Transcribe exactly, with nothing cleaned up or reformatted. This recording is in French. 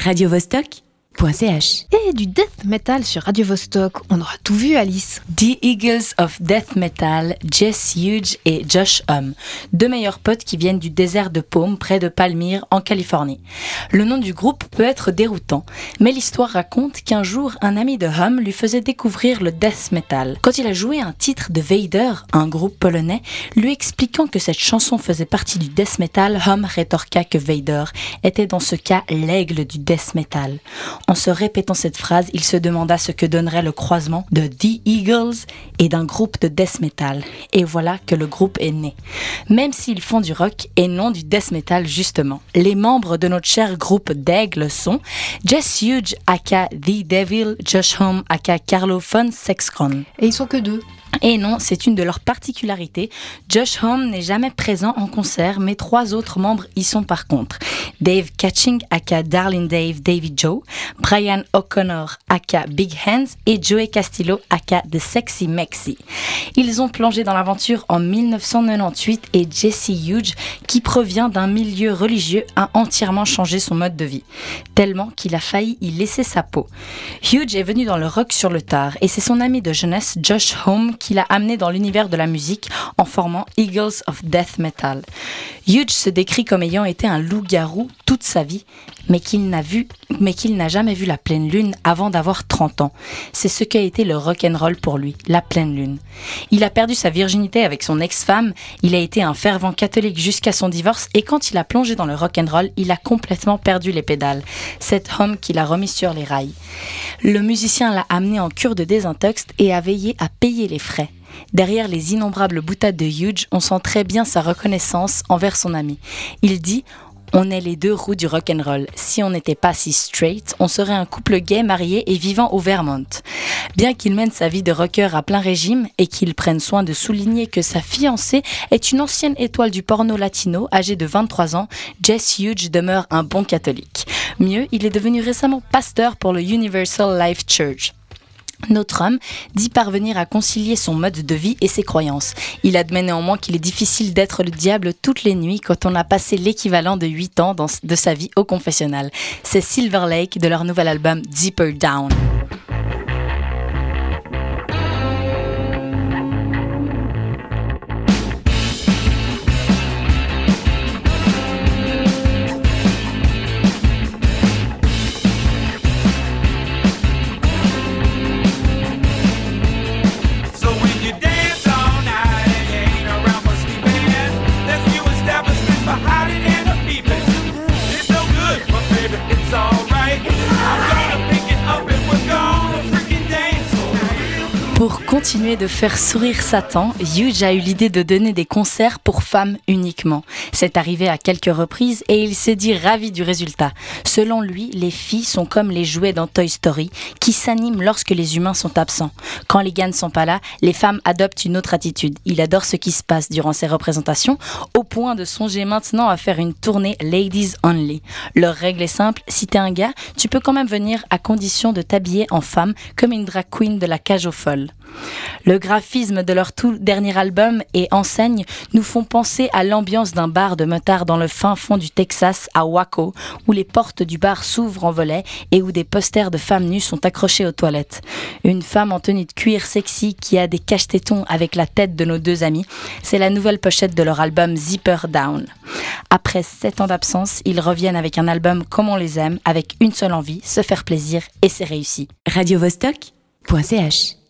radio vostok point c h. Et du death metal sur Radio Vostok, on aura tout vu, Alice. The Eagles of Death Metal, Jess Huge et Josh Homme, deux meilleurs potes qui viennent du désert de Paume, près de Palmyre, en Californie. Le nom du groupe peut être déroutant, mais l'histoire raconte qu'un jour, un ami de Homme lui faisait découvrir le death metal. Quand il a joué un titre de Vader, un groupe polonais, lui expliquant que cette chanson faisait partie du death metal, Homme rétorqua que Vader était dans ce cas l'aigle du death metal. En se répétant cette phrase, il se demanda ce que donnerait le croisement de The Eagles et d'un groupe de death metal. Et voilà que le groupe est né. Même s'ils font du rock et non du death metal justement. Les membres de notre cher groupe d'Aigle sont Jess Huge aka The Devil, Josh Homme aka Carlo von Sexcron. Et ils sont que deux. Et non, c'est une de leurs particularités. Josh Homme n'est jamais présent en concert, mais trois autres membres y sont par contre. Dave Catching, aka Darling Dave, Davy Joe, Brian O'Connor, aka Big Hands, et Joey Castillo, aka The Sexy Mexi. Ils ont plongé dans l'aventure en dix-neuf cent quatre-vingt-dix-huit et Jesse Huge, qui provient d'un milieu religieux, a entièrement changé son mode de vie, tellement qu'il a failli y laisser sa peau. Huge est venu dans le rock sur le tard, et c'est son ami de jeunesse, Josh Homme, qui l'a amené dans l'univers de la musique en formant Eagles of Death Metal. Huge se décrit comme ayant été un loup-garou toute sa vie, mais qu'il n'a vu, mais qu'il n'a jamais vu la pleine lune avant d'avoir trente ans. C'est ce qu'a été le rock'n'roll pour lui, la pleine lune. Il a perdu sa virginité avec son ex-femme, il a été un fervent catholique jusqu'à son divorce, et quand il a plongé dans le rock'n'roll, il a complètement perdu les pédales. Cet homme qui l'a remis sur les rails. Le musicien l'a amené en cure de désintox et a veillé à payer les frais. Derrière les innombrables boutades de Huge, on sent très bien sa reconnaissance envers son ami. Il dit « On est les deux roues du rock'n'roll. Si on n'était pas si straight, on serait un couple gay marié et vivant au Vermont. » Bien qu'il mène sa vie de rocker à plein régime et qu'il prenne soin de souligner que sa fiancée est une ancienne étoile du porno latino âgée de vingt-trois ans, Jess Huge demeure un bon catholique. Mieux, il est devenu récemment pasteur pour le Universal Life Church. Notre homme dit parvenir à concilier son mode de vie et ses croyances. Il admet néanmoins qu'il est difficile d'être le diable toutes les nuits quand on a passé l'équivalent de huit ans dans, de sa vie au confessionnal. C'est Silver Lake de leur nouvel album Deeper Down. Pour continuer de faire sourire Satan, Huge a eu l'idée de donner des concerts pour femmes uniquement. C'est arrivé à quelques reprises et il s'est dit ravi du résultat. Selon lui, les filles sont comme les jouets dans Toy Story, qui s'animent lorsque les humains sont absents. Quand les gars ne sont pas là, les femmes adoptent une autre attitude. Il adore ce qui se passe durant ses représentations, au point de songer maintenant à faire une tournée Ladies Only. Leur règle est simple, si t'es un gars, tu peux quand même venir à condition de t'habiller en femme comme une drag queen de la cage aux folles. Le graphisme de leur tout dernier album et enseigne nous font penser à l'ambiance d'un bar de motards dans le fin fond du Texas à Waco, où les portes du bar s'ouvrent en volets et où des posters de femmes nues sont accrochés aux toilettes. Une femme en tenue de cuir sexy qui a des cache-tétons avec la tête de nos deux amis, c'est la nouvelle pochette de leur album Zipper Down. Après sept ans d'absence, ils reviennent avec un album comme on les aime, avec une seule envie, se faire plaisir, et c'est réussi. radio vostok point c h